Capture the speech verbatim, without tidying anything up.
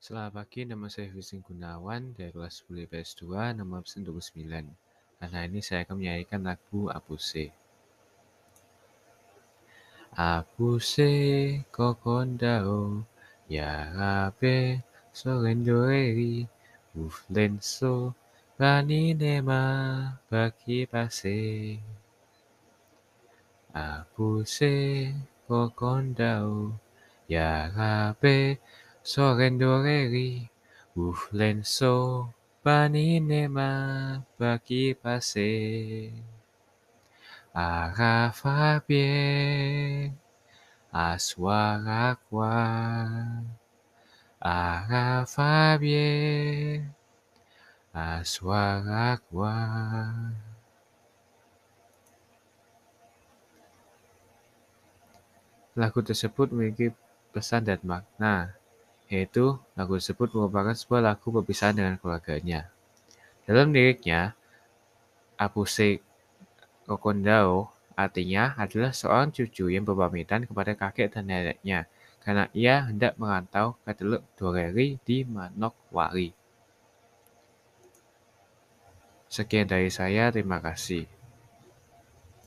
Selamat pagi, nama saya Husin Gunawan dari kelas sepuluh I P S dua, nomor absen dua puluh sembilan. Karena ini saya akan menyanyikan lagu Apuse. Apuse kokondao, yarabe sorendoreri, uflenso raninema baki pase. Apuse kokondao, yarabe sorendoreri, uflenso raninema baki pase. Arafabie aswarakwa, arafabie aswarakwa. Lagu tersebut memiliki pesan dan makna, yaitu lagu tersebut merupakan sebuah lagu perpisahan dengan keluarganya. Dalam liriknya, Apuse kokondao artinya adalah seorang cucu yang berpamitan kepada kakek dan neneknya karena ia hendak merantau ke Teluk Doreri di Manokwari. Sekian dari saya, terima kasih.